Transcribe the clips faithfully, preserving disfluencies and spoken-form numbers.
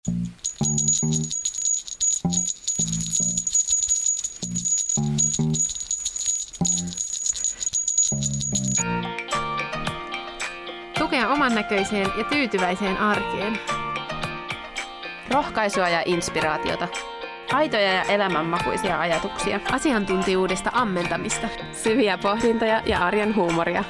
Tukea oman näköiseen ja tyytyväiseen arkeen. Rohkaisua ja inspiraatiota. Aitoja ja elämänmakuisia ajatuksia. Asiantuntijuudesta ammentamista. Syviä pohdintoja ja arjen huumoria.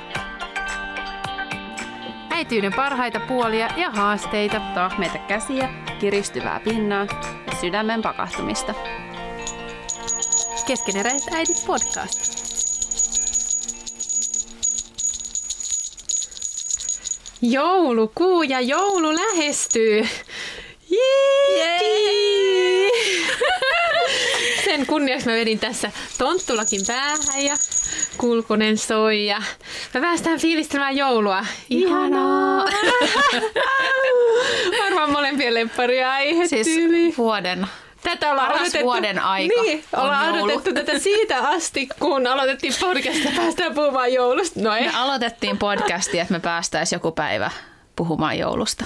Äityyden parhaita puolia ja haasteita. Tahmeita käsiä, kiristyvää pinnaa ja sydämen pakahtumista. Keskeneräiset äidit podcast. Joulukuu ja joulu lähestyy. Jee! Sen kunniaksi mä vedin tässä tonttulakin päähän ja kulkunen soi ja me päästään fiilistelemään joulua. Ihanaa! Varmaan molempien lempparia aihe Siis tyyli. vuoden. Tätä ollaan Paras odotettu, vuoden aika niin, ollaan on joulu. odotettu tätä siitä asti, kun aloitettiin podcast ja päästään puhumaan joulusta. No ei. Me aloitettiin podcastia, että me päästäisiin joku päivä puhumaan joulusta.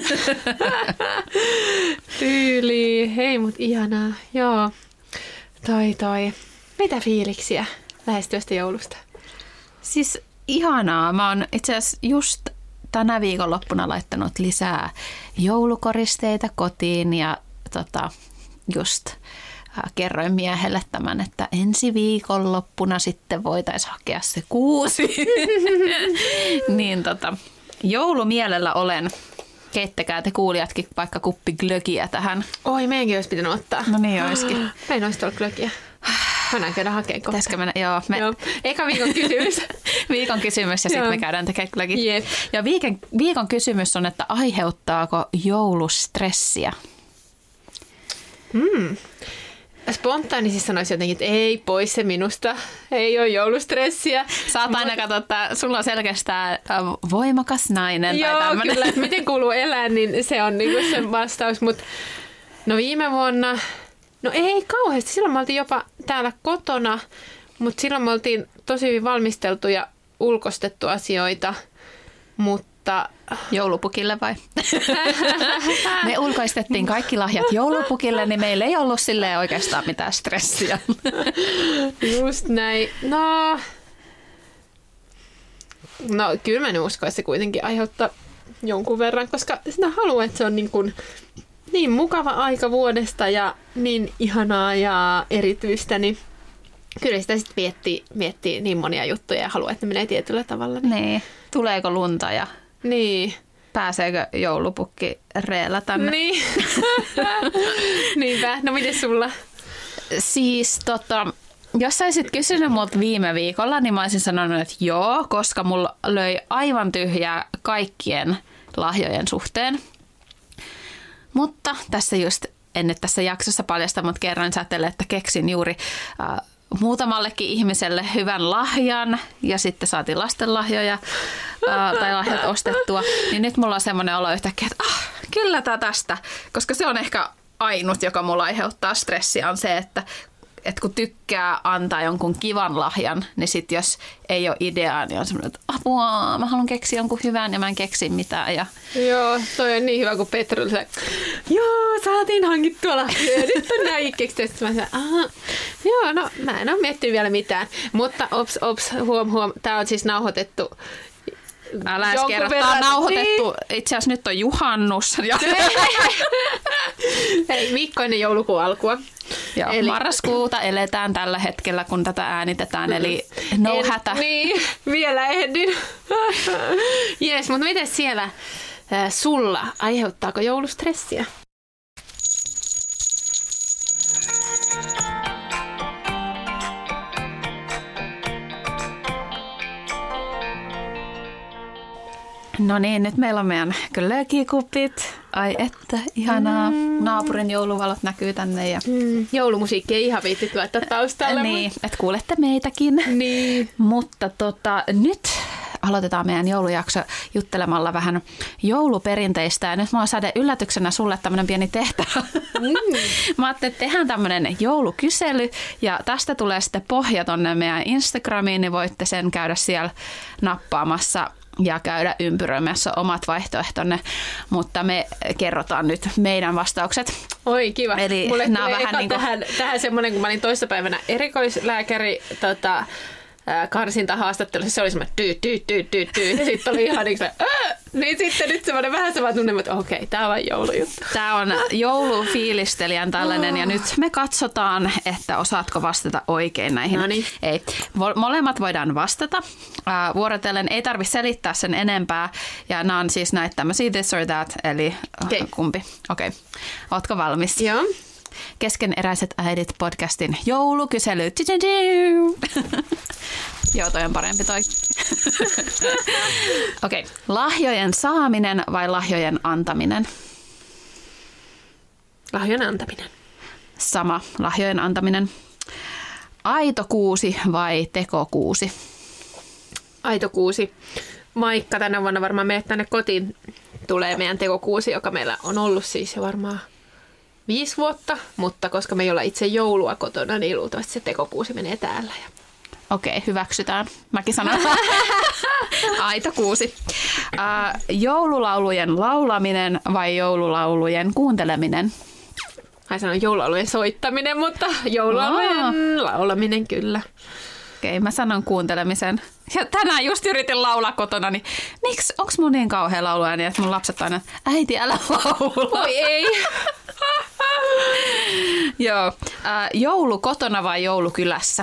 Tyyli. Hei, mut ihanaa. Joo. Toi toi. Mitä fiiliksiä lähestyvästä joulusta? Siis ihanaa. Mä oon itse asiassa just tänä viikonloppuna laittanut lisää joulukoristeita kotiin ja tota, just äh, kerroin miehelle tämän, että ensi viikonloppuna sitten voitaisiin hakea se kuusi. Niin tota, joulumielellä olen. Keittäkää te kuulijatkin vaikka kuppi glögiä tähän. Oi, meidänkin olisi pitänyt ottaa. No niin olisikin. Meidän olisi tuolla glögiä. Mennään käydä hakemaan kohta. Pitäisikö mennä? Joo. Me... Joo. Eka viikon kysymys. Viikon kysymys ja sitten me käydään tekemään glögit. Jep. Ja viikon, viikon kysymys on, että aiheuttaako joulustressiä? Hmm. Spontaanisesti sanoisin jotenkin, että ei pois se minusta. Ei ole joulustressiä. Sä oot aina katsottu, että sulla on selkeästään voimakas nainen Joo, tai tämmöinen. kyllä. Että miten kuuluu elää, niin se on niinku se vastaus. Mut, no viime vuonna, no ei kauheasti. Silloin me oltiin jopa täällä kotona, mutta silloin me oltiin tosi hyvin valmisteltu ja ulkostettu asioita. Mutta joulupukille vai? Me ulkoistettiin kaikki lahjat joulupukille, niin meillä ei ollut silleen oikeastaan mitään stressiä. Just näin. No, no kyllä mä en usko, että se kuitenkin aiheuttaa jonkun verran, koska sitä haluaa, että se on niin, kuin, niin mukava aika vuodesta ja niin ihanaa ja erityistä, niin kyllä sitä sitten miettii, miettii niin monia juttuja ja haluaa, että ne menee tietyllä tavalla. Niin. Niin. Tuleeko lunta ja Niin. pääseekö joulupukki reellä tänne? Niin. Niinpä. No miten sulla? Siis tota, jos saisit kysynyt multa viime viikolla, niin mä olisin sanonut, että joo, koska mulla löi aivan tyhjää kaikkien lahjojen suhteen. Mutta tässä just, en nyt tässä jaksossa paljasta, mutta kerran säteille, että keksin juuri äh, muutamallekin ihmiselle hyvän lahjan ja sitten saatiin lastenlahjoja äh, tai lahjat ostettua. Niin nyt mulla on semmoinen olo yhtäkkiä, että ah, kyllä tää tästä, koska se on ehkä ainut, joka mulla aiheuttaa stressiä, on se, että että kun tykkää antaa jonkun kivan lahjan, niin sitten jos ei ole ideaa, niin on semmoinen, että apua, mä haluan keksiä jonkun hyvän ja mä en keksi mitään. Ja... Joo, toi on niin hyvä kuin Petru. Joo, saatiin hankittua lahjoja. Nyt on näin keksitty. Mä sanoin, joo, no mä en ole miettinyt vielä mitään. Mutta ops, ops, huom, huom. Tää on siis nauhoitettu. Älä edes kerro, tää on nauhoitettu. Niin. Itse asiassa nyt on juhannus. Hei, Mikko ennen joulukuun alkua. Joo, eli... marraskuuta eletään tällä hetkellä, kun tätä äänitetään, eli no en, hätä. Niin, vielä ehdin. Jes, mutta miten siellä äh, sulla? Aiheuttaako joulustressiä? No niin, nyt meillä on meidän glögikupit. Ai että, ihanaa. Mm. Naapurin jouluvalot näkyy tänne. Ja... Mm. Joulumusiikki ei ihan viittit laittaa taustalle. Niin, että kuulette meitäkin. Niin. Mutta tota, nyt aloitetaan meidän joulujakso juttelemalla vähän jouluperinteistä. Ja nyt mä oon Sade yllätyksenä sulle tämmönen pieni tehtävä. Mm. Mä ajattelin, että tehdään tämmönen joulukysely. Ja tästä tulee sitten pohja tonne meidän Instagramiin, niin voitte sen käydä siellä nappaamassa ja käydä ympyröimässä omat vaihtoehtonne, mutta me kerrotaan nyt meidän vastaukset. Oi kiva. Eli mulle nämä tuli vähän eka niin kuin... tähän, tähän semmoinen, kun mä olin toissapäivänä erikoislääkäri tota, karsintahaastattelussa, se oli semmoinen tyy, tyy, tyy, tyy, tyy. Ja sitten oli ihan niin kuin niin sitten nyt semmoinen vähän sama tunne, että okei, tää on vain joulujuttu. Tää on joulufiilistelijän tällainen, ja nyt me katsotaan, että osaatko vastata oikein näihin. Noniin. Ei. Molemmat voidaan vastata. Vuorotellen ei tarvitse selittää sen enempää, ja nämä on siis näitä tämmöisiä this or that, eli okay. kumpi. Okei. Okay. Ootko valmis? Joo. Keskeneräiset äidit podcastin joulukysely. Joo, toi on parempi toi. Okei. Okay. Lahjojen saaminen vai lahjojen antaminen? Lahjojen antaminen. Sama. Lahjojen antaminen. Aito kuusi vai tekokuusi? Aito kuusi. Vaikka tänä vuonna varmaan meidät tänne kotiin tulee meidän tekokuusi, joka meillä on ollut siis jo varmaan viisi vuotta, mutta koska me ei olla itse joulua kotona, niin luultavasti se tekokuusi menee täällä. Okei, hyväksytään. Mäkin sanon. Aito kuusi. Uh, joululaulujen laulaminen vai joululaulujen kuunteleminen? Ai sanon joululaulujen soittaminen, mutta joululaulujen Aa. laulaminen kyllä. Okei, mä sanon kuuntelemisen. Ja tänään just yritin laulaa kotona, niin miksi, onks mun niin kauhea lauluääni, että mun lapset aina, äiti älä laula. Oi ei. Joo. Uh, joulu kotona vai joulu kylässä?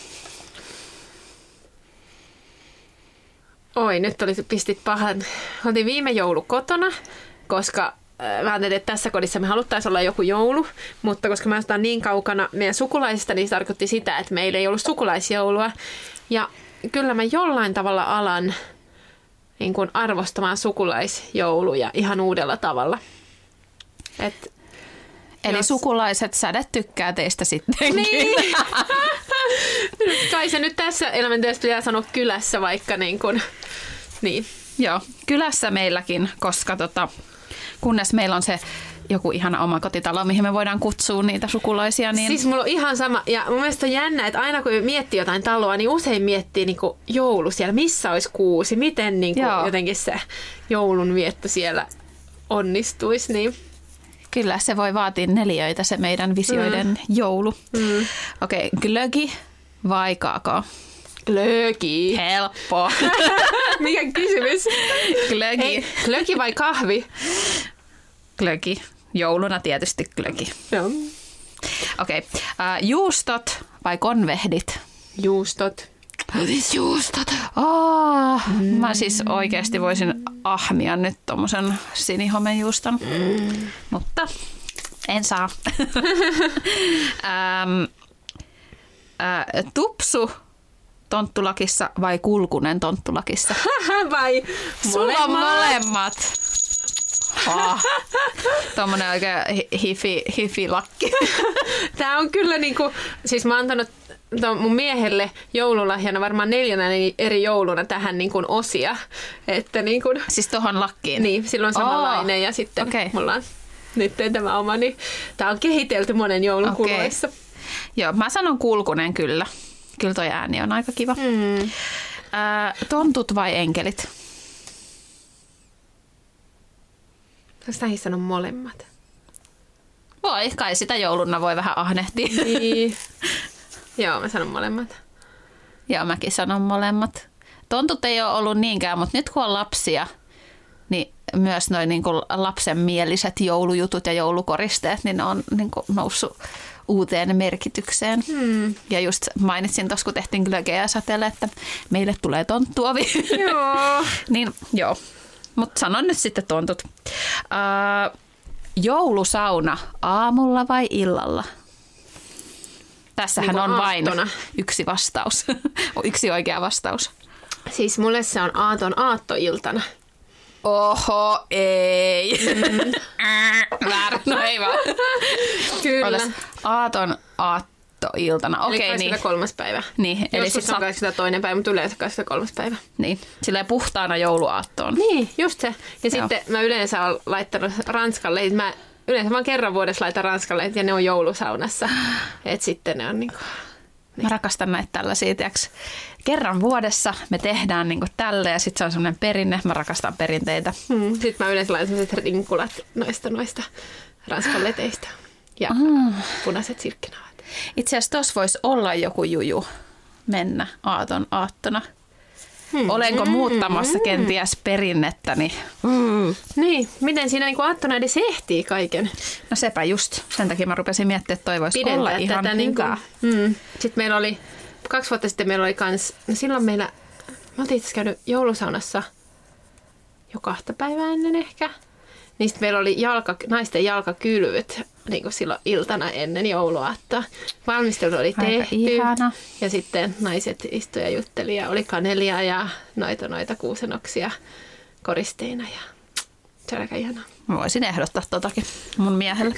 Oi, nyt oli, pistit pahan. Oltiin viime joulu kotona, koska mä ajattelin, että tässä kodissa me haluttaisiin olla joku joulu, mutta koska me asutaan niin kaukana meidän sukulaisista, niin se tarkoitti sitä, että meillä ei ollut sukulaisjoulua. Ja kyllä mä jollain tavalla alan niin kuin arvostamaan sukulaisjouluja ihan uudella tavalla. Et Eli jos... sukulaiset sädet tykkää teistä sittenkin. Niin. Kai se nyt tässä elämäntyössä pitää sanoa kylässä vaikka niin kuin, niin. Joo, kylässä meilläkin, koska tota, kunnes meillä on se joku ihana omakotitalo, mihin me voidaan kutsua niitä sukulaisia. Niin... Siis mulla on ihan sama, ja mun mielestä on jännä, että aina kun miettii jotain taloa, niin usein miettii niin kuin joulu siellä, missä olisi kuusi, miten niin kuin jotenkin se joulun vietto siellä onnistuisi. Niin. Kyllä, se voi vaatia neliöitä, se meidän visioiden mm. joulu. Mm. Okei, okay, glögi vai kaakao? Glögi. Helppo. Mikä kysymys? Glögi. Hei, glögi vai kahvi? Glögi. Jouluna tietysti glögi. Joo. Okei. Okay. Uh, juustot vai konvehdit? Juustot. Juustot. Oh, mm. Mä siis oikeasti voisin ahmia nyt tommosen sinihomejuuston. Mm. Mutta en saa. um, uh, tupsu tonttulakissa vai kulkunen tonttulakissa? Vai sulla on molemmat. Oh. Tuommoinen oikein hifi, hifi-lakki. Tää on kyllä niinku, siis mä oon antanut mun miehelle joululahjana varmaan neljänä eri jouluna tähän niin kuin osia. Että niin kuin, siis tohon lakkiin? Niin, silloin samanlainen oh. ja sitten okay. mulla on nyt tämä oma, niin tää on kehitelty monen joulun okay. kuluessa. Joo, mä sanon kulkunen kyllä. Kyllä toi ääni on aika kiva. Mm. Äh, tontut vai enkelit? Saanko näihin sanoa molemmat? Voi, kai sitä jouluna voi vähän ahnehtia. Niin. Joo, mä sanon molemmat. Joo, mäkin sanon molemmat. Tontut ei ole ollut niinkään, mutta nyt kun on lapsia, niin myös noin niin kuin lapsenmieliset joulujutut ja joulukoristeet, niin ne on niin kuin noussut uuteen merkitykseen. Hmm. Ja just mainitsin tuossa, kun tehtiin glögeä satelle, että meille tulee tonttuovi. Joo. Niin joo, mutta sanon nyt sitten tontut. Uh, joulusauna aamulla vai illalla? Tässähän niin on aattona. Vain yksi vastaus. Yksi oikea vastaus. Siis mulle se on aaton aattoiltana. Oho, ei. Mm. Väärä, no ei vaan. Kyllä. Otas, aaton aattoiltana. Okei, okay, eli kaksikymmentäkolmas niin. päivä. Niin, eli joskus on kaksikymmentätoinen päivä, mutta yleensä kaksikymmentäkolmas päivä. Niin, silleen puhtaana jouluaattoon. Niin, just se. Ja Joo. sitten mä yleensä olen laittanut Ranskalle, mä yleensä vaan kerran vuodessa laitan Ranskalle, ja ne on joulusaunassa. Et sitten ne on niinku Mä rakastan näitä tällaisia, tiiäks, kerran vuodessa me tehdään niinku tälle ja sitten se on semmoinen perinne. Mä rakastan perinteitä. Hmm. Sitten mä yleensä laitan sellaiset rinkulat noista, noista ranskan leteistä ja Ah. punaiset silkkinavat. Itse asiassa tossa voisi olla joku juju mennä aaton aattona. Hmm. Olenko muuttamassa hmm. kenties perinnettäni? Hmm. Niin, miten siinä niin aattona edes ehtii kaiken? No sepä just. Sen takia mä rupesin miettimään, että toi voisi Pidentää olla ihan hyvä. Niin kuin, hmm. Sitten meillä oli, kaksi vuotta sitten meillä oli kans, no silloin meillä, me oltiin itse käynyt joulusaunassa jo kahta päivää ennen ehkä. Niin sitten meillä oli jalka, naisten jalkakylvyt niin kuin silloin iltana ennen jouluaattoa. Valmistelu oli Aika tehty. ihana. Ja sitten naiset istuivat ja jutteli ja oli kanelia ja noita noita kuusenoksia koristeina. Ja se oli aika ihanaa. Mä voisin ehdottaa totakin mun miehelle.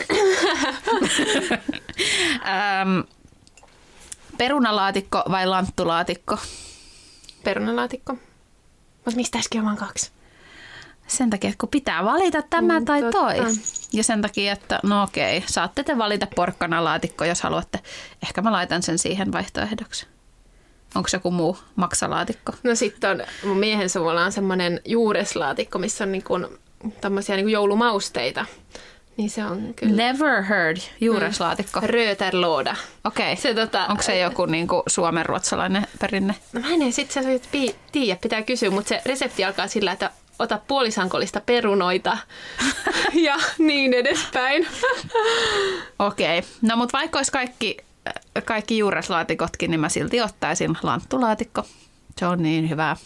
ähm, perunalaatikko vai lanttulaatikko? Perunalaatikko. Mutta mistä äsken on vaan kaksi? Sen takia, että kun pitää valita tämä Mm, tai totta. toi. Ja sen takia, että no okei, saatte te valita porkkanalaatikko, jos haluatte. Ehkä mä laitan sen siihen vaihtoehdoksi. Onko se joku muu maksalaatikko? No sitten on, mun miehen suvulla on semmoinen juureslaatikko, missä on niinku tämmöisiä niinku joulumausteita. Niin se on kyllä. Never heard juureslaatikko. Mm. Röterlåda. Okei. Se, tota, Onko se joku niinku suomenruotsalainen perinne? No mä en sit se tiedä, pitää kysyä, mutta se resepti alkaa sillä, että ota puolisankollista perunoita ja niin edespäin. Okei. No mut vaikka olisi kaikki, kaikki juureslaatikotkin, niin mä silti ottaisin lanttulaatikko. Se on niin hyvää.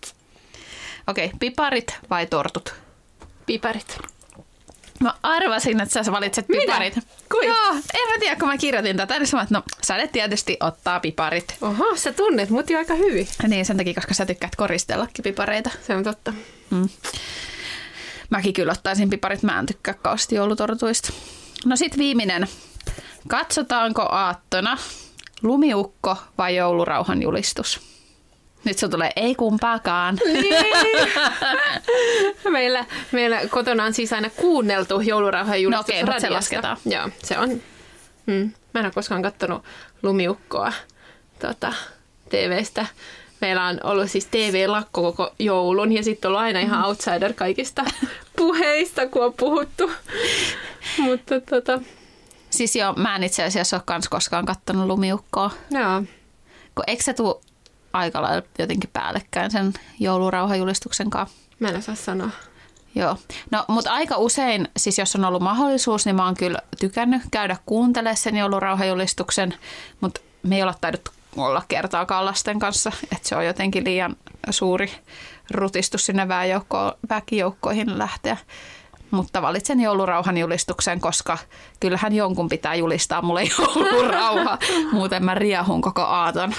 Okei, piparit vai tortut? Piparit. Mä arvasin, että sä valitset piparit. Minä? Kuin? Joo, en mä tiedä, kun mä kirjoitin tätä, niin sanoin, että no, sä tietysti ottaa piparit. Oho, sä tunnet mut jo aika hyvin. Niin, sen takia, koska sä tykkäät koristellakin pipareita. Se on totta. Mm. Mäkin kyllä ottaisin piparit, mä en tykkää kauheasti joulutortuista. No sit viimeinen. Katsotaanko aattona lumiukko vai joulurauhan julistus? Nyt se tulee ei kumpaakaan. Niin. meillä, meillä kotona on siis aina kuunneltu joulurauhan julistus No okei, mutta se radiosta. lasketaan. Joo, se on. Mm. Mä en ole koskaan katsonut lumiukkoa tota, T V:stä. Meillä on ollut siis T V-lakko koko joulun ja sitten on ollut aina ihan outsider kaikista puheista, kun on puhuttu. Mutta tota, Siis joo, mä en itse asiassa ole kans koskaan kattonut lumiukkoa. joo. Kun eikö se tule aika lailla jotenkin päällekkäin sen joulurauhajulistuksen kanssa? Mä en osaa sanoa. Joo. No, mutta aika usein, siis jos on ollut mahdollisuus, niin mä oon kyllä tykännyt käydä kuuntelemaan sen joulurauhajulistuksen, mutta me ei olla taidettu olla kertaakaan lasten kanssa, että se on jotenkin liian suuri rutistus sinne väejoukko- väkijoukkoihin lähteä. Mutta valitsen joulurauhan julistuksen, koska kyllähän jonkun pitää julistaa mulle joulurauha, muuten mä riehun koko aaton.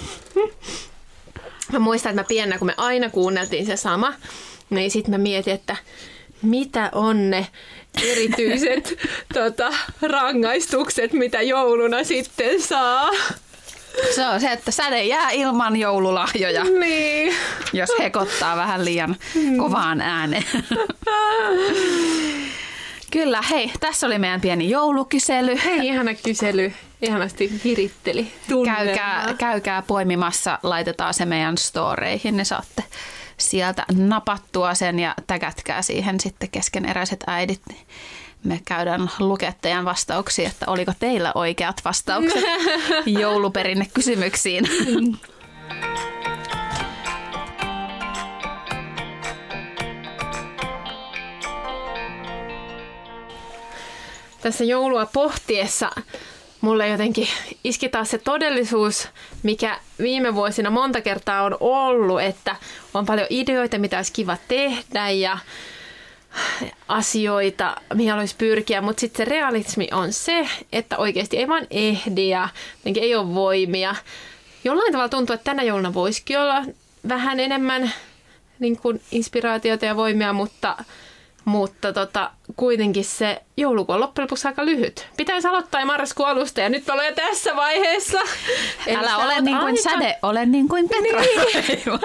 Mä muistan, että mä pienenä, kun me aina kuunneltiin se sama, niin sitten mä mietin, että mitä on ne erityiset tota, rangaistukset, mitä jouluna sitten saa. Se on se, että säde jää ilman joululahjoja, Niin. jos hekottaa vähän liian kovaan ääneen. Kyllä, hei, tässä oli meidän pieni joulukysely. Hei, ihana kysely. Ihanasti viritteli tunnelmaa. Käykää, käykää poimimassa, laitetaan se meidän storeihin, ne saatte sieltä napattua sen ja tägätkää siihen sitten keskeneräiset äidit. Me käydään lukemaan teidän vastauksia, että oliko teillä oikeat vastaukset jouluperinnekysymyksiin. Tässä joulua pohtiessa mulle jotenkin iski taas se todellisuus, mikä viime vuosina monta kertaa on ollut, että on paljon ideoita, mitä olisi kiva tehdä ja asioita, mihin haluaisi pyrkiä, mutta sitten se realismi on se, että oikeasti ei vaan ehdi ja ei ole voimia. Jollain tavalla tuntuu, että tänä jouluna voisikin olla vähän enemmän niin kuin inspiraatiota ja voimia, mutta, mutta tota, kuitenkin se joulukuu on loppujen lopuksi aika lyhyt. Pitäisi aloittaa jo marraskuun alusta ja nyt ollaan jo tässä vaiheessa. Eli Älä sä ole oot niin kuin aika... säde, ole niin kuin Petra. Niin.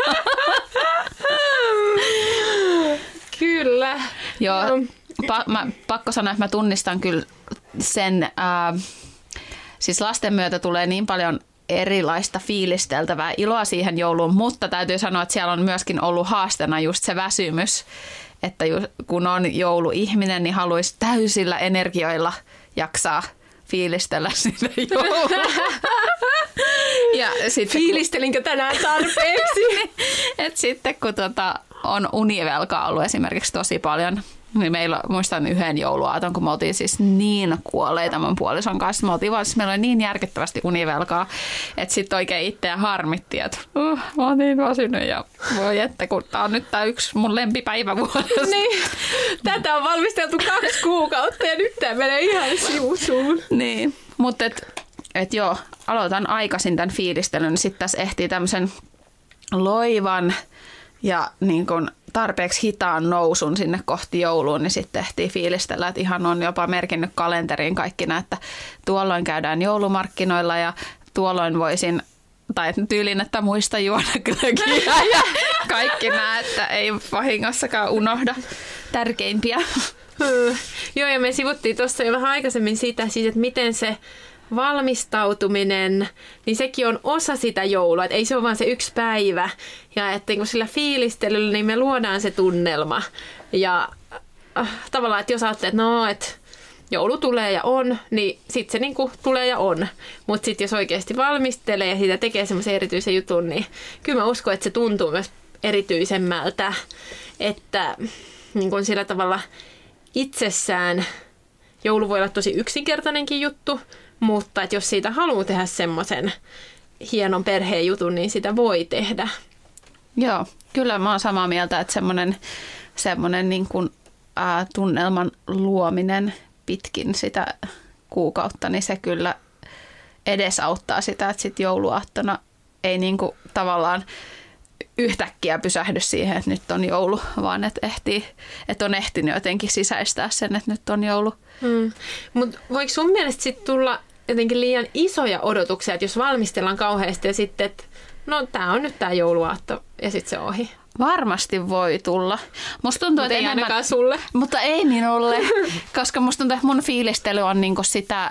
Kyllä. Joo, pa- mä, pakko sanoa, että mä tunnistan kyllä sen, ää, siis lasten myötä tulee niin paljon erilaista fiilisteltävää iloa siihen jouluun, mutta täytyy sanoa, että siellä on myöskin ollut haasteena just se väsymys, että kun on jouluihminen, niin haluaisi täysillä energioilla jaksaa fiilistellä sitä joulua. Ja fiilistelinkö tänään tarpeeksi? Et sitten kun tota, on univelkaa ollut esimerkiksi tosi paljon, niin meillä, muistan yhden jouluaaton, kun me oltiin siis niin kuolleita mun puolison kanssa. Me oltiin vaan, siis meillä oli niin järkyttävästi univelkaa, että sitten oikein itseä harmitti, että uh, mä oon niin väsynyt ja voi että, kun tää on nyt tää yksi mun lempipäivä vuodesta. Niin, tätä on valmisteltu kaksi kuukautta ja nyt tää menee ihan sivusuun. Niin, mutta et, et joo, aloitan aikaisin tämän fiilistelyn, sitten tässä ehtii tämmöisen loivan ja niin kun tarpeeksi hitaan nousun sinne kohti jouluun, niin sitten tehtiin fiilistellä, että ihan on jopa merkinnyt kalenteriin kaikki nämä, että tuolloin käydään joulumarkkinoilla ja tuolloin voisin, tai tyylin, että muista juoda glögiä ja kaikki nämä, että ei vahingossakaan unohda tärkeimpiä. Joo, ja me sivuttiin tuossa jo vähän aikaisemmin sitä, siis, että miten se valmistautuminen, niin sekin on osa sitä joulua, että ei se ole vaan se yksi päivä. Ja että kun sillä fiilistelyllä, niin me luodaan se tunnelma. Ja äh, tavallaan, että jos ajattelee, että no, että joulu tulee ja on, niin sitten se niinku tulee ja on. Mutta sitten jos oikeasti valmistelee ja siitä tekee semmoisen erityisen jutun, niin kyllä mä uskon, että se tuntuu myös erityisemmältä. Että niin kun sillä tavalla itsessään joulu voi olla tosi yksinkertainenkin juttu, mutta että jos siitä haluaa tehdä semmoisen hienon perheen jutun, niin sitä voi tehdä. Joo, kyllä mä oon samaa mieltä, että semmoinen, semmoinen niin kuin, ää, tunnelman luominen pitkin sitä kuukautta, niin se kyllä edesauttaa sitä, että sitten jouluaattona ei niin kuin tavallaan yhtäkkiä pysähdy siihen, että nyt on joulu, vaan että, ehtii, että on ehtinyt jotenkin sisäistää sen, että nyt on joulu. Hmm. Mutta voiko sun mielestä sitten tulla jotenkin liian isoja odotuksia, että jos valmistellaan kauheasti ja sitten, että no tää on nyt tää jouluaatto ja sitten se ohi? Varmasti voi tulla. Musta tuntuu, mutta ei enemmän, ainakaan sulle. Mutta ei minulle, koska musta tuntuu, että mun fiilistely on niinku sitä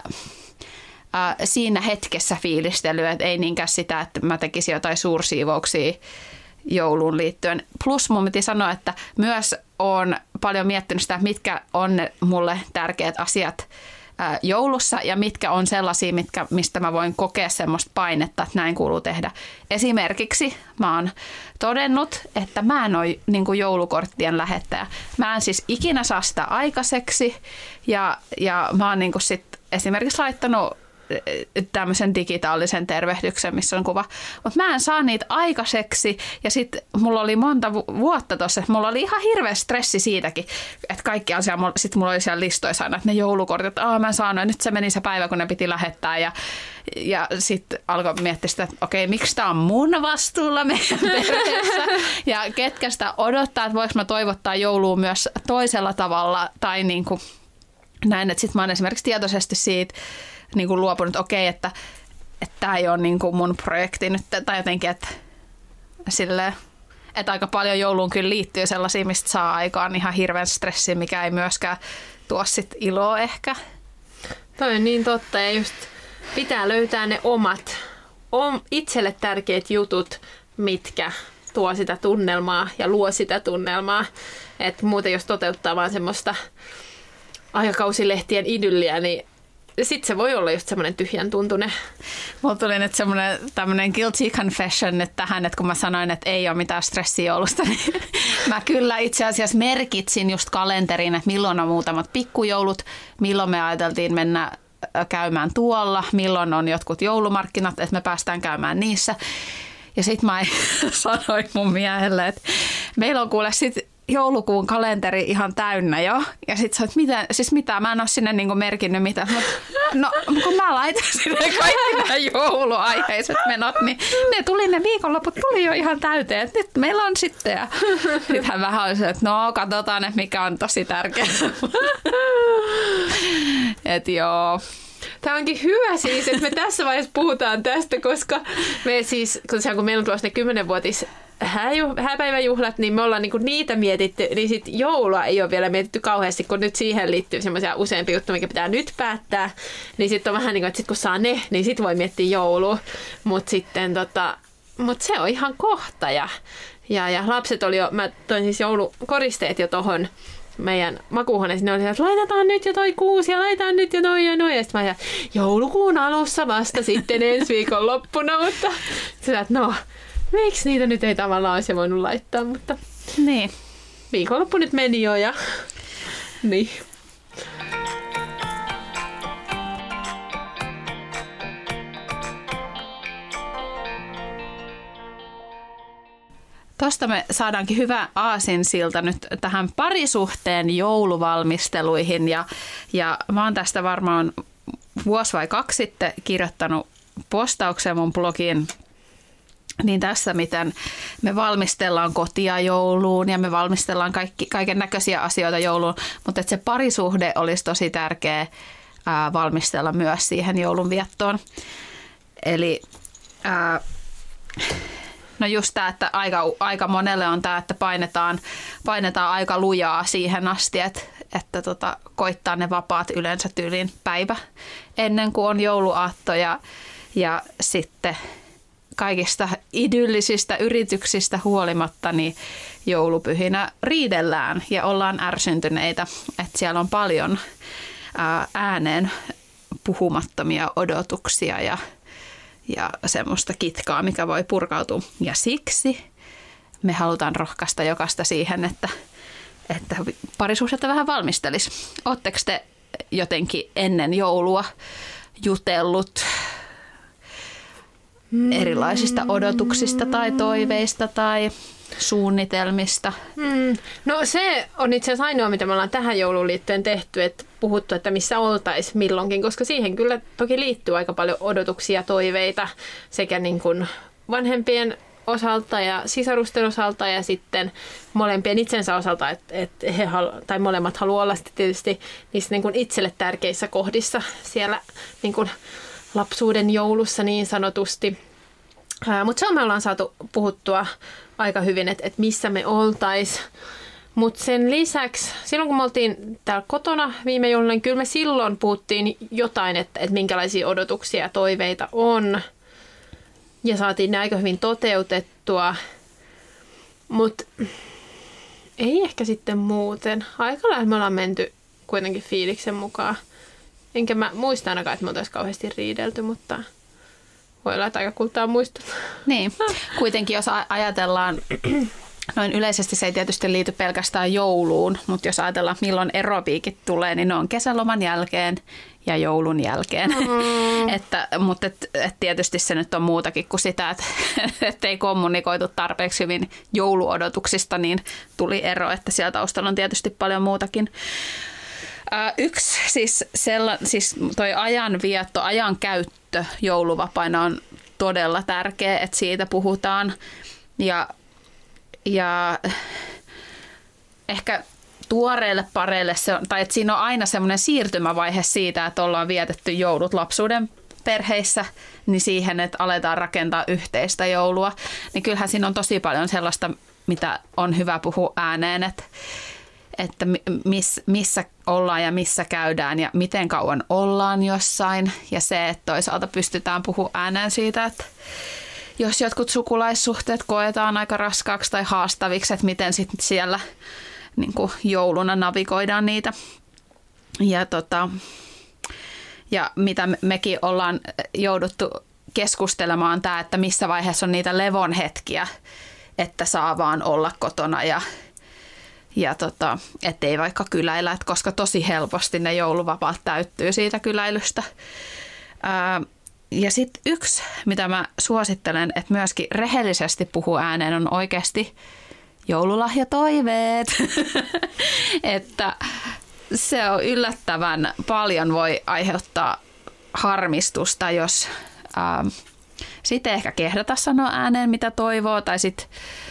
äh, siinä hetkessä fiilistelyä, että ei niinkään sitä, että mä tekisin jotain suursiivouksia jouluun liittyen. Plus mun piti sanoa, että myös on paljon miettinyt sitä, mitkä on ne mulle tärkeät asiat ää, joulussa ja mitkä on sellaisia, mitkä, mistä mä voin kokea semmoista painetta, että näin kuuluu tehdä. Esimerkiksi mä oon todennut, että mä en ole niin kuin joulukorttien lähettäjä. Mä en siis ikinä saa sitä aikaiseksi ja, ja mä oon niin kuin sit esimerkiksi laittanut tämmöisen digitaalisen tervehdyksen, missä on kuva. Mutta mä en saa niitä aikaiseksi ja sitten mulla oli monta vuotta tuossa, että mulla oli ihan hirveä stressi siitäkin, että kaikki asiaa, sitten mulla oli siellä listoissa aina, että ne joulukortit, että aah mä en saanut ja nyt se meni se päivä, kun ne piti lähettää ja, ja sitten alkoi miettiä sitä, että okei, miksi tää on mun vastuulla meidän perheessä ja ketkä sitä odottaa, että voiko mä toivottaa jouluun myös toisella tavalla tai niin kuin näin, että sitten mä oon esimerkiksi tietoisesti siitä niin kuin luopunut, okei, että tämä ei ole niin kuin mun projekti nyt, tai jotenkin, että, silleen, että aika paljon jouluun kyllä liittyy sellaisia, mistä saa aikaan ihan hirveän stressi, mikä ei myöskään tuo sit iloa ehkä. Toi on niin totta, ja just pitää löytää ne omat, om, itselle tärkeät jutut, mitkä tuo sitä tunnelmaa ja luo sitä tunnelmaa, että muuten jos toteuttaa vaan semmoista aikakausilehtien idylliä, niin sitten se voi olla just semmoinen tyhjän tuntunen. Mulla tuli nyt semmoinen tämmöinen guilty confession nyt tähän, että kun mä sanoin, että ei ole mitään stressiä joulusta, niin mä kyllä itse asiassa merkitsin just kalenteriin, että milloin on muutamat pikkujoulut, milloin me ajateltiin mennä käymään tuolla, milloin on jotkut joulumarkkinat, että me päästään käymään niissä. Ja sit mä sanoin mun miehelle, että meillä on kuule sit joulukuun kalenteri ihan täynnä jo. Ja sit sä oot, mitä, siis mitä, mä en oo sinne niinku merkinnyt mitään. Mut, no, kun mä laitan sinne kaikki nämä jouluaiheiset menot, niin ne tuli ne viikonloput, tuli jo ihan täyteen. Et nyt meillä on sitten. Ja sit hän vähän oli se, että no, katsotaan, että mikä on tosi tärkeää. Et joo. Tämä onkin hyvä siis, että me tässä vaiheessa puhutaan tästä, koska me siis, kun meillä on tuossa ne kymmenvuotis hääpäiväjuhlat, niin me ollaan niinku niitä mietitty, niin sit joulua ei ole vielä mietitty kauheasti, kun nyt siihen liittyy semmoisia useampia juttuja, mikä pitää nyt päättää. Niin sitten on vähän niin kuin, että sit kun saa ne, niin sit voi miettiä joulua. Mutta sitten tota, mut se on ihan kohta. Ja, ja, ja lapset oli jo, mä toin siis joulukoristeet jo tohon meidän makuuhuoneeseen, ne oli että laitetaan nyt jo toi kuusi ja laitetaan nyt jo toi ja noin. Ja sitten mä ajattelin, joulukuun alussa vasta sitten ensi viikon loppuna, mutta sillä, että no, miksi niitä nyt ei tavallaan olisi voinut laittaa, mutta niin. Viikonloppu nyt meni jo ja niin. Tuosta me saadaankin hyvä aasinsilta nyt tähän parisuhteen jouluvalmisteluihin ja, ja mä oon tästä varmaan vuosi vai kaksi sitten kirjoittanut postauksen mun blogiin, niin tässä miten me valmistellaan kotia jouluun ja me valmistellaan kaikki, kaiken näköisiä asioita jouluun, mutta että se parisuhde olisi tosi tärkeä ää, valmistella myös siihen joulunviettoon. Eli ää, no just tämä, että aika, aika monelle on tämä, että painetaan, painetaan aika lujaa siihen asti, että, että tota, koittaa ne vapaat yleensä tyyliin päivä ennen kuin on jouluaatto ja, ja sitten kaikista idyllisistä yrityksistä huolimatta niin joulupyhinä riidellään ja ollaan ärsyntyneitä, että siellä on paljon ääneen puhumattomia odotuksia ja ja semmoista kitkaa, mikä voi purkautua. Ja siksi me halutaan rohkaista jokaista siihen, että, että parisuhdetta vähän valmistelisi. Oletteko te jotenkin ennen joulua jutellut erilaisista odotuksista tai toiveista tai suunnitelmista? Hmm. No se on itse asiassa ainoa, mitä me ollaan tähän jouluun liittyen tehty, että puhuttu, että missä oltaisiin milloinkin, koska siihen kyllä toki liittyy aika paljon odotuksia ja toiveita sekä niin kuin vanhempien osalta ja sisarusten osalta ja sitten molempien itsensä osalta, että, että he halu- tai molemmat haluaa olla tietysti niissä niin kuin itselle tärkeissä kohdissa siellä niin kuin lapsuuden joulussa niin sanotusti. Mutta se on me ollaan saatu puhuttua aika hyvin, että, että missä me oltaisiin. Mutta sen lisäksi, silloin kun me oltiin täällä kotona viime jouluna, niin kyllä me silloin puhuttiin jotain, että, että minkälaisia odotuksia ja toiveita on. Ja saatiin ne aika hyvin toteutettua. Mutta ei ehkä sitten muuten. Aika lailla me ollaan menty kuitenkin fiiliksen mukaan. Enkä mä muista ainakaan, että me oltaisiin kauheasti riidelty, mutta voi olla, että aika kultaa muistut. Niin, kuitenkin jos ajatellaan, noin yleisesti se ei tietysti liity pelkästään jouluun, mutta jos ajatellaan, milloin eropiikit tulee, niin ne on kesäloman jälkeen ja joulun jälkeen. Mm. että, mutta et, et tietysti se nyt on muutakin kuin sitä, että et ei kommunikoitu tarpeeksi hyvin jouluodotuksista, niin tuli ero, että siellä taustalla on tietysti paljon muutakin. Yksi siis, sella, siis toi ajanvietto, ajan käyttö jouluvapaina on todella tärkeä, että siitä puhutaan. Ja, ja ehkä tuoreille pareille, se on, tai että siinä on aina semmoinen siirtymävaihe siitä, että ollaan vietetty joulut lapsuuden perheissä, niin siihen, että aletaan rakentaa yhteistä joulua. Niin kyllähän siinä on tosi paljon sellaista, mitä on hyvä puhua ääneen, että että miss, missä ollaan ja missä käydään ja miten kauan ollaan jossain. Ja se, että toisaalta pystytään puhumaan ääneen siitä, että jos jotkut sukulaissuhteet koetaan aika raskaaksi tai haastaviksi, että miten sitten siellä niin kuin jouluna navigoidaan niitä. Ja, tota, ja mitä mekin ollaan jouduttu keskustelemaan tämä, että missä vaiheessa on niitä levon hetkiä, että saa vaan olla kotona ja Ja tota, ettei vaikka kyläillä, että koska tosi helposti ne jouluvapaat täyttyy siitä kyläilystä. Ää, ja sitten yksi, mitä mä suosittelen, että myöskin rehellisesti puhuu ääneen, on oikeasti joululahjatoiveet. Että se on yllättävän paljon voi aiheuttaa harmistusta, jos ää, sitten ehkä kehdata sanoa ääneen, mitä toivoo, tai sitten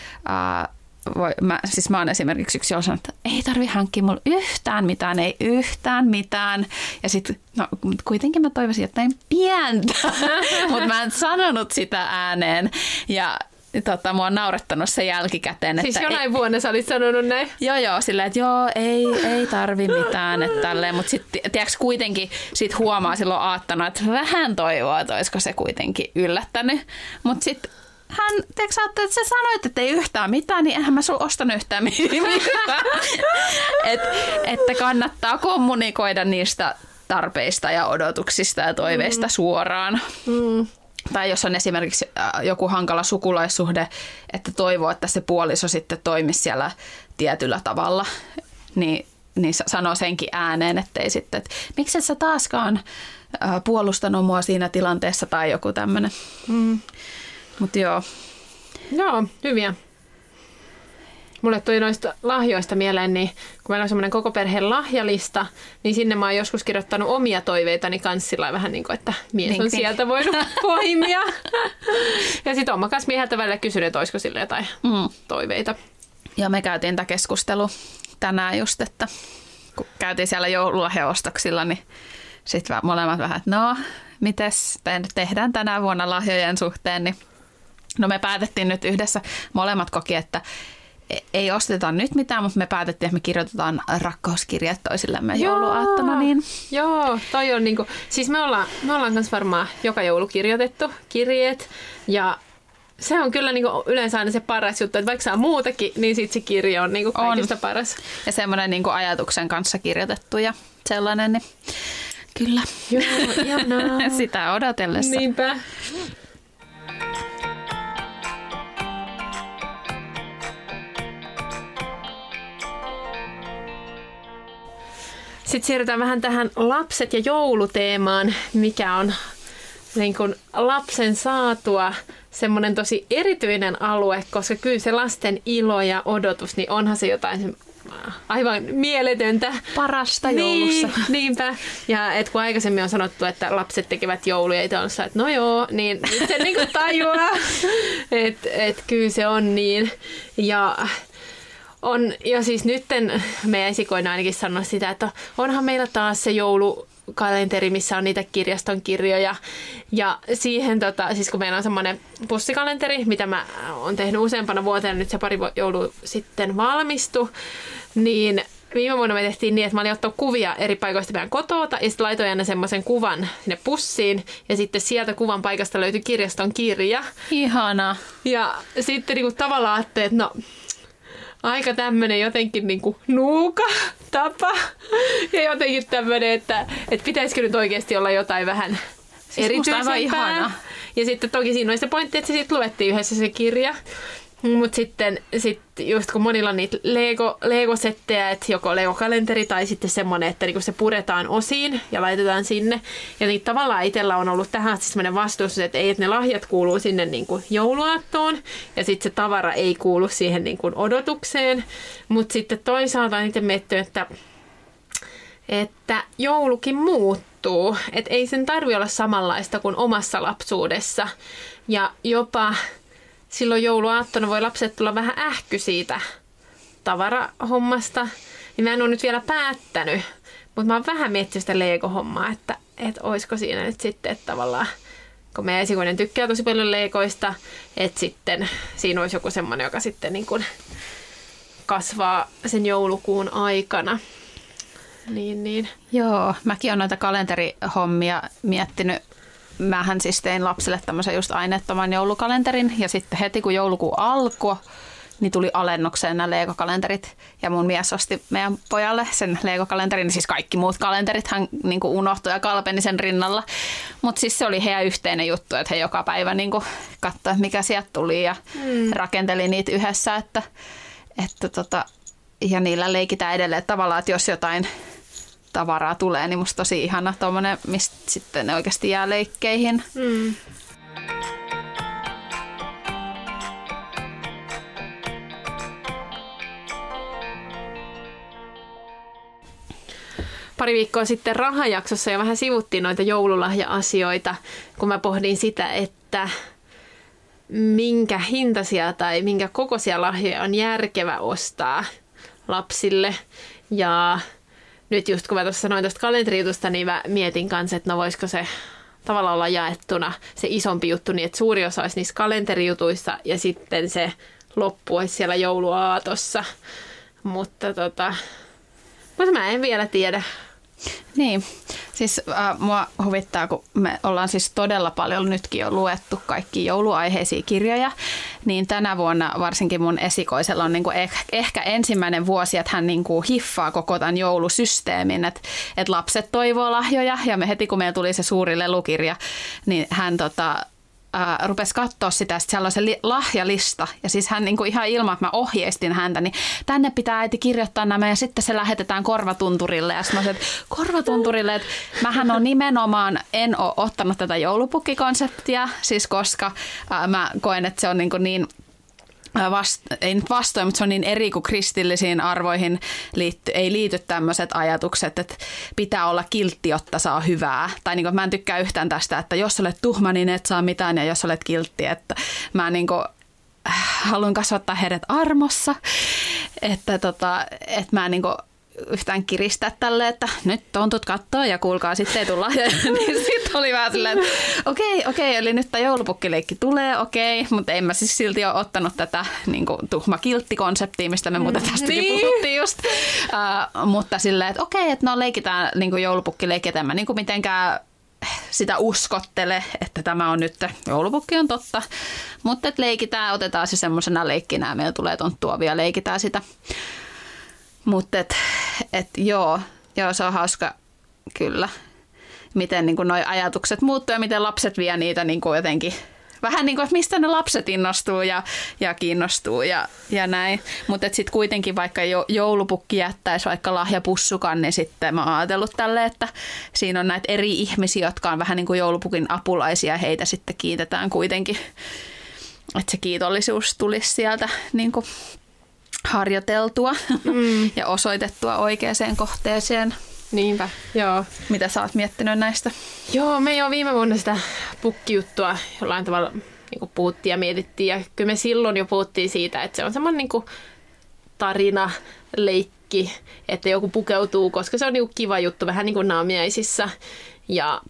Voi, mä, siis mä oon esimerkiksi yksi, jolla sanoo, että ei tarvi hankkia mulle yhtään mitään, ei yhtään mitään. Ja sitten no, kuitenkin mä toivoisin jotain pientä, mutta mä en sanonut sitä ääneen. Ja niin tota, mua on naurettanut se jälkikäteen. Siis että jonain vuonna sä olit sanonut näin? Joo, joo, silleen, että joo, ei, ei tarvi mitään, että tälleen. Mutta sitten, tiedätkö, kuitenkin sit huomaa silloin aattona, että vähän toivoa, että olisiko se kuitenkin yllättänyt. Mutta sitten hän, tiedätkö sä, että sä sanoit, että ei yhtään mitään, niin eihän mä sun ostanut yhtään mitään. Et, että kannattaa kommunikoida niistä tarpeista ja odotuksista ja toiveista mm. suoraan. Mm. Tai jos on esimerkiksi joku hankala sukulaissuhde, että toivoo, että se puoliso sitten toimisi siellä tietyllä tavalla, niin, niin sanoo senkin ääneen, ettei sitten, että miksi et sä taaskaan puolustanut mua siinä tilanteessa tai joku tämmöinen. Mm. Mutta joo. Joo, hyviä. Mulle tuli noista lahjoista mieleen, niin kun meillä on semmoinen koko perheen lahjalista, niin sinne mä oon joskus kirjoittanut omia toiveitani kanssa sillä vähän niin kuin, että mies on Link, sieltä voinut poimia. Ja sit oon mä kanssa mieheltä välillä kysynyt, että olisiko sille jotain mm. toiveita. Ja me käytiin tämä keskustelu tänään just, että kun käytiin siellä joululahjaostoksilla, niin sitten molemmat vähän, että no, mites tehdään tänä vuonna lahjojen suhteen, niin no me päätettiin nyt yhdessä, molemmat koki, että ei osteta nyt mitään, mutta me päätettiin, että me kirjoitetaan rakkauskirjat toisillemme jouluaattona. Niin. Joo, toi on niinku, siis me ollaan, me ollaan kanssa varmaan joka joulu kirjoitettu kirjeet ja se on kyllä niinku yleensä aina se paras juttu, että vaikka saa muutakin, niin sit se kirja on niinku kaikista on. paras. Ja semmoinen niinku ajatuksen kanssa kirjoitettu ja sellainen, niin kyllä. Joo, ihanaa. Sitä odotellessa. Niinpä. Sitten siirrytään vähän tähän lapset ja jouluteemaan, mikä on niin kuin lapsen saatua semmoinen tosi erityinen alue, koska kyllä se lasten ilo ja odotus, niin onhan se jotain aivan mieletöntä. Parasta joulussa. Niin, niinpä. Ja et kun aikaisemmin on sanottu, että lapset tekevät jouluja, ja on että no joo, niin nyt se niin kuin tajuaa, että et kyllä se on niin. Ja on, ja siis nytten meidän esikoina ainakin sanoi sitä, että onhan meillä taas se joulukalenteri, missä on niitä kirjaston kirjoja. Ja siihen, tota, siis kun meillä on semmoinen pussikalenteri, mitä mä oon tehnyt useampana vuotena, nyt se pari joulua sitten valmistui, niin viime vuonna me tehtiin niin, että mä olin ottanut kuvia eri paikoista meidän kotoota ja sitten laitoin aina semmoisen kuvan sinne pussiin ja sitten sieltä kuvan paikasta löytyi kirjaston kirja. Ihana. Ja sitten niin kuin tavallaan ajattelin, että no aika tämmöinen jotenkin niin kuin nuuka tapa ja jotenkin tämmöinen, että, että pitäisikö nyt oikeasti olla jotain vähän siis erityisempää. Ja sitten toki siinä oli se pointti, että se sitten luettiin yhdessä se kirja. Mutta sitten sit just kun monilla on niitä Lego, Lego-settejä, että joko Lego-kalenteri tai sitten semmoinen, että niinku se puretaan osiin ja laitetaan sinne. Ja niitä tavallaan itsellä on ollut tähän asti semmoinen vastustus, että ei, että ne lahjat kuuluu sinne niinku jouluaattoon ja sitten se tavara ei kuulu siihen niinku odotukseen. Mutta sitten toisaalta niitä miettii, että, että joulukin muuttuu. Että ei sen tarvitse olla samanlaista kuin omassa lapsuudessa. Ja jopa silloin jouluaattona voi lapset tulla vähän ähky siitä tavarahommasta. Niin mä en ole nyt vielä päättänyt, mutta mä oon vähän miettinyt sitä Lego-hommaa, että, että olisiko siinä nyt sitten, että tavallaan, kun meidän esikoinen tykkää tosi paljon Legoista, että sitten siinä olisi joku semmoinen, joka sitten niin kuin kasvaa sen joulukuun aikana. Niin, niin. Joo, mäkin olen noita kalenterihommia miettinyt. Mähän siis tein lapsille tämmöisen just aineettoman joulukalenterin ja sitten heti kun joulukuu alkoi, niin tuli alennukseen nämä Lego-kalenterit. Ja mun mies osti meidän pojalle sen Lego-kalenterin, siis kaikki muut kalenterit hän niin kuin unohtui ja kalpeni sen rinnalla. Mutta siis se oli heidän yhteinen juttu, että he joka päivä niin kuin katsoi, mikä sieltä tuli ja mm. rakenteli niitä yhdessä. Että, että tota, ja niillä leikitään edelleen tavallaan, että jos jotain tavaraa tulee, niin musta tosi ihana tommonen, mistä sitten ne oikeasti jää leikkeihin. Mm. Pari viikkoa sitten rahajaksossa jo vähän sivuttiin noita joululahja-asioita, kun mä pohdin sitä, että minkä hintaisia tai minkä kokoisia lahjoja on järkevä ostaa lapsille. Ja nyt just kun mä tuossa sanoin tuosta kalenterijutusta, niin mä mietin kanssa, että no voisiko se tavallaan olla jaettuna se isompi juttu niin, että suuri osa olisi niissä kalenterijutuissa ja sitten se loppu olisi siellä jouluaatossa. Mutta tota, mutta mä en vielä tiedä. Niin, siis äh, mua huvittaa, kun me ollaan siis todella paljon nytkin jo luettu kaikki jouluaiheisia kirjoja, niin tänä vuonna varsinkin mun esikoisella on niinku ehkä, ehkä ensimmäinen vuosi, että hän niinku hiffaa koko tämän joulusysteemin, että et lapset toivoo lahjoja ja me heti kun meillä tuli se suuri lelukirja, niin hän tota, Äh, rupesi katsoa sitä, sitten siellä on se li- lahjalista. Ja siis hän niinku ihan ilman, että mä ohjeistin häntä, niin tänne pitää äiti kirjoittaa nämä ja sitten se lähetetään korvatunturille. Ja sitten mä sanoin, että korvatunturille, että mähän on nimenomaan, en ole ottanut tätä joulupukkikonseptia, siis koska äh, mä koen, että se on niinku niin... Vast, ei nyt vastoin, mutta se on niin eri kuin kristillisiin arvoihin liitty, ei liity tämmöiset ajatukset, että pitää olla kiltti, jotta saa hyvää. Tai niin kuin, mä en tykkää yhtään tästä, että jos olet tuhma, niin et saa mitään ja jos olet kiltti. Että mä niin kuin, äh, haluan kasvattaa heidät armossa, että, tota, että mä niin kuin, yhtään kiristää tälle, että nyt tontut kattoo ja kuulkaa, sitten ei tulla. Niin sitten oli vähän silleen, että okei, okei, eli nyt tämä joulupukkileikki tulee, okei, mutta en mä siis silti ole ottanut tätä niin kuin tuhma kiltti-konseptia, mistä me muuten tästäkin niin. puhuttiin just. Uh, mutta silleen, että okei, että no leikitään niin kuin joulupukkileikki, että en mä niin kuin mitenkään sitä uskottele, että tämä on nyt, joulupukki on totta, mutta että leikitään, otetaan se semmoisena leikkinä, meillä tulee tonttuovia, leikitään sitä. Mutta et, et joo, joo, se on hauska kyllä, miten niin nuo ajatukset muuttuu ja miten lapset vie niitä niin kuin jotenkin, vähän niin kuin, että mistä ne lapset innostuu ja, ja kiinnostuu ja, ja näin. Mutta sitten kuitenkin vaikka jo, joulupukki jättäisi vaikka lahjapussukan, niin sitten mä oon ajatellut tälle, että siinä on näitä eri ihmisiä, jotka on vähän niin kuin joulupukin apulaisia ja heitä sitten kiitetään kuitenkin, että se kiitollisuus tulisi sieltä niin kuin harjoiteltua mm. ja osoitettua oikeaan kohteeseen. Niinpä, joo. Mitä sä oot miettinyt näistä? Joo, me jo viime vuonna sitä pukkijuttua jollain tavalla niin kuin puhuttiin ja mietittiin. Ja kyllä me silloin jo puhuttiin siitä, että se on semmoinen niin kuin tarina, leikki, että joku pukeutuu, koska se on niin kuin kiva juttu, vähän niin kuin naamiaisissa. Ja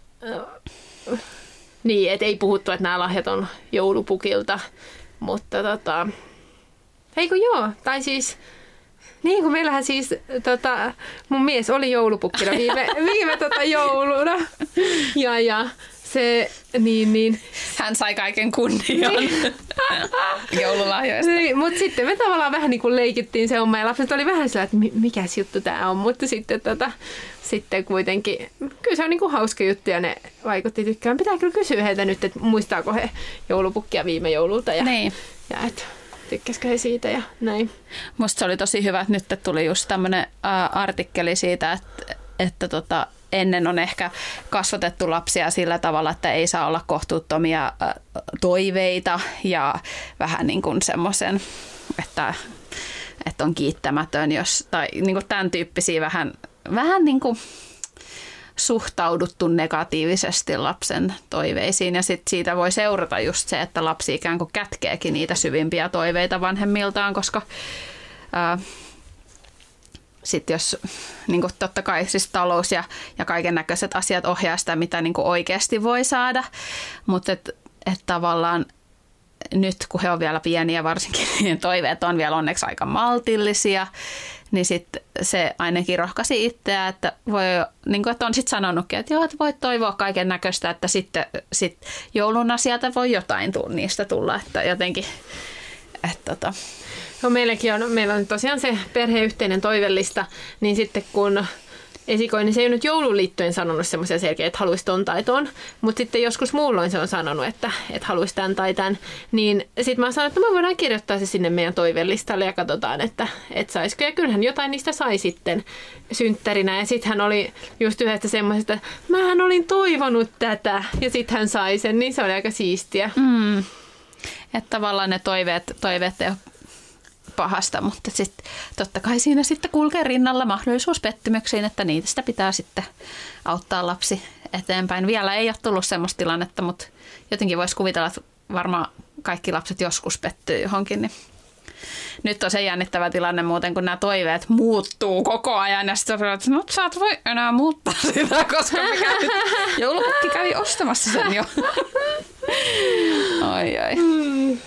äh, niin, että ei puhuttu, että nämä lahjat on joulupukilta, mutta tota... Eikö joo, tai siis, niin kuin meillähän siis, tota, mun mies oli joulupukkina viime, viime tota jouluna, ja, ja se, niin, niin. Hän sai kaiken kunnian niin. joululahjoista. Niin, mutta sitten me tavallaan vähän niin kuin leikittiin se oma, ja lapset oli vähän sillä, että mikäs juttu tää on, mutta sitten, tota, sitten kuitenkin, kyllä se on niin kuin hauska juttu, ja ne vaikutti tykkään. Pitää kyllä kysyä heiltä nyt, että muistaako he joulupukkia viime joululta, ja, niin. ja että... Tykkäskö he siitä ja näin. Musta se oli tosi hyvä, että nyt tuli just tämmöinen artikkeli siitä, että, että tota, ennen on ehkä kasvatettu lapsia sillä tavalla, että ei saa olla kohtuuttomia ä, toiveita ja vähän niin kuin semmoisen, että, että on kiittämätön, jos, tai niin kuin tämän tyyppisiä vähän, vähän niin kuin suhtauduttu negatiivisesti lapsen toiveisiin ja sit siitä voi seurata just se, että lapsi ikään kuin kätkeekin niitä syvimpiä toiveita vanhemmiltaan, koska ää, sit jos niin kuin totta kai siis talous ja, ja kaiken näköiset asiat ohjaa sitä, mitä niin kuin oikeasti voi saada, mutta et, et tavallaan nyt kun he on vielä pieniä, varsinkin niin toiveet on vielä onneksi aika maltillisia, niin sitten se ainakin rohkaisi itseä, että, voi, niin kuin, että on sitten sanonutkin, että joo, että voit toivoa kaiken näköistä, että sitten sit jouluna sieltä voi jotain niistä tulla, että jotenkin, että tota. No, meilläkin on, meillä on tosiaan se perheyhteinen toivellista, niin sitten kun esikoinen, se ei nyt joulun liittyen sanonut semmoisia selkeä, että haluaisi ton tai ton, mutta sitten joskus muulloin se on sanonut, että, että haluaisi tämän tai tämän, niin sitten mä sanoin, että no me voidaan kirjoittaa se sinne meidän toivelistalle ja katsotaan, että, että saisiko. Ja kyllähän jotain niistä sai sitten synttärinä ja sitten hän oli just yhdestä semmoisesta, että mähän olin toivonut tätä ja sitten hän sai sen, niin se oli aika siistiä. Mm. Että tavallaan ne toiveet, toiveet ei ole pahasta, mutta sitten totta kai siinä sitten kulkee rinnalla mahdollisuus pettymyksiin, että niitä sitä pitää sitten auttaa lapsi eteenpäin. Vielä ei ole tullut semmoista tilannetta, mutta jotenkin voisi kuvitella, että varmaan kaikki lapset joskus pettyy johonkin. Niin. Nyt on se jännittävä tilanne muuten, kun nämä toiveet muuttuu koko ajan ja sitten on, että no sä et voi enää muuttaa sitä, koska mikä nyt Joulupukki kävi ostamassa sen jo. Ai ai. Mm.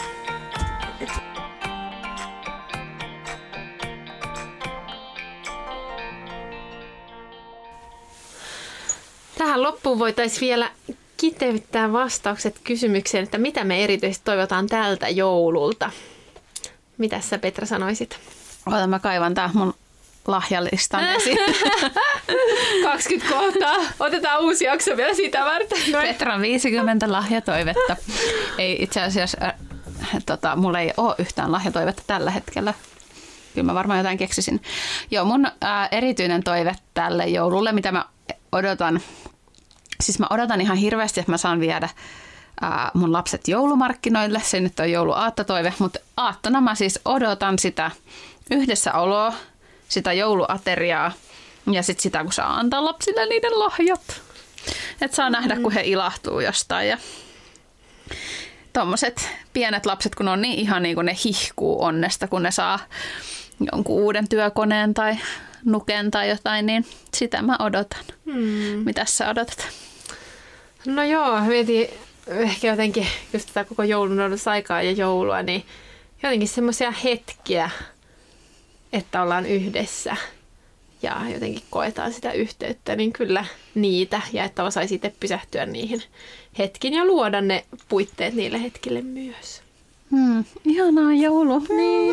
Tähän loppuun voitaisiin vielä kiteyttää vastaukset kysymykseen, että mitä me erityisesti toivotaan tältä joululta. Mitäs sä, Petra, sanoisit? Ota, mä kaivan tää mun lahjalistan esiin. kaksikymmentä kohtaa. Otetaan uusi jakso vielä sitä varten. Noin. Petran viisikymmentä lahjatoivetta. Ei itse asiassa, äh, tota, mulla ei ole yhtään lahjatoivetta tällä hetkellä. Kyllä mä varmaan jotain keksisin. Joo, mun äh, erityinen toive tälle joululle, mitä mä odotan. Siis mä odotan ihan hirveästi, että mä saan viedä ää, mun lapset joulumarkkinoille. Se nyt on jouluaattotoive, mutta aattona mä siis odotan sitä yhdessäoloa, sitä jouluateriaa ja sitten sitä, kun saa antaa lapsille niiden lahjat. Että saa nähdä, kun he ilahtuu jostain. Ja tommoset pienet lapset, kun on niin ihan niin kuin ne hihkuu onnesta, kun ne saa jonkun uuden työkoneen tai nuken tai jotain, niin sitä mä odotan. Hmm. Mitäs sä odotat? No joo, mietin ehkä jotenkin just tätä koko joulun odotusaikaa ja joulua, niin jotenkin semmoisia hetkiä, että ollaan yhdessä ja jotenkin koetaan sitä yhteyttä, niin kyllä niitä ja että osaisi itse pysähtyä niihin hetkiin ja luoda ne puitteet niille hetkille myös. Hmm, ihanaa joulu. Niin.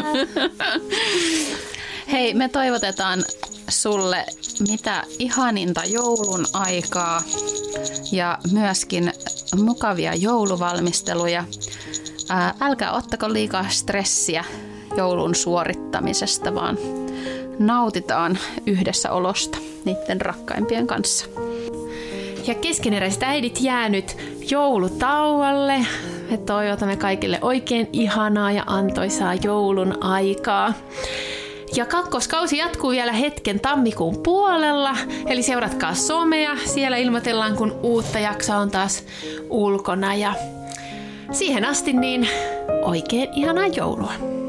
Hei, me toivotetaan sulle mitä ihaninta joulun aikaa ja myöskin mukavia jouluvalmisteluja. Ää, älkää ottako liikaa stressiä joulun suorittamisesta, vaan nautitaan yhdessäolosta niiden rakkaimpien kanssa. Ja keskeneräiset äidit jää nyt joulutauolle. Me toivotamme kaikille oikein ihanaa ja antoisaa joulun aikaa. Ja kakkoskausi jatkuu vielä hetken tammikuun puolella, eli seuratkaa somea. Siellä ilmoitellaan, kun uutta jaksoa on taas ulkona. Ja siihen asti niin oikein ihanaa joulua.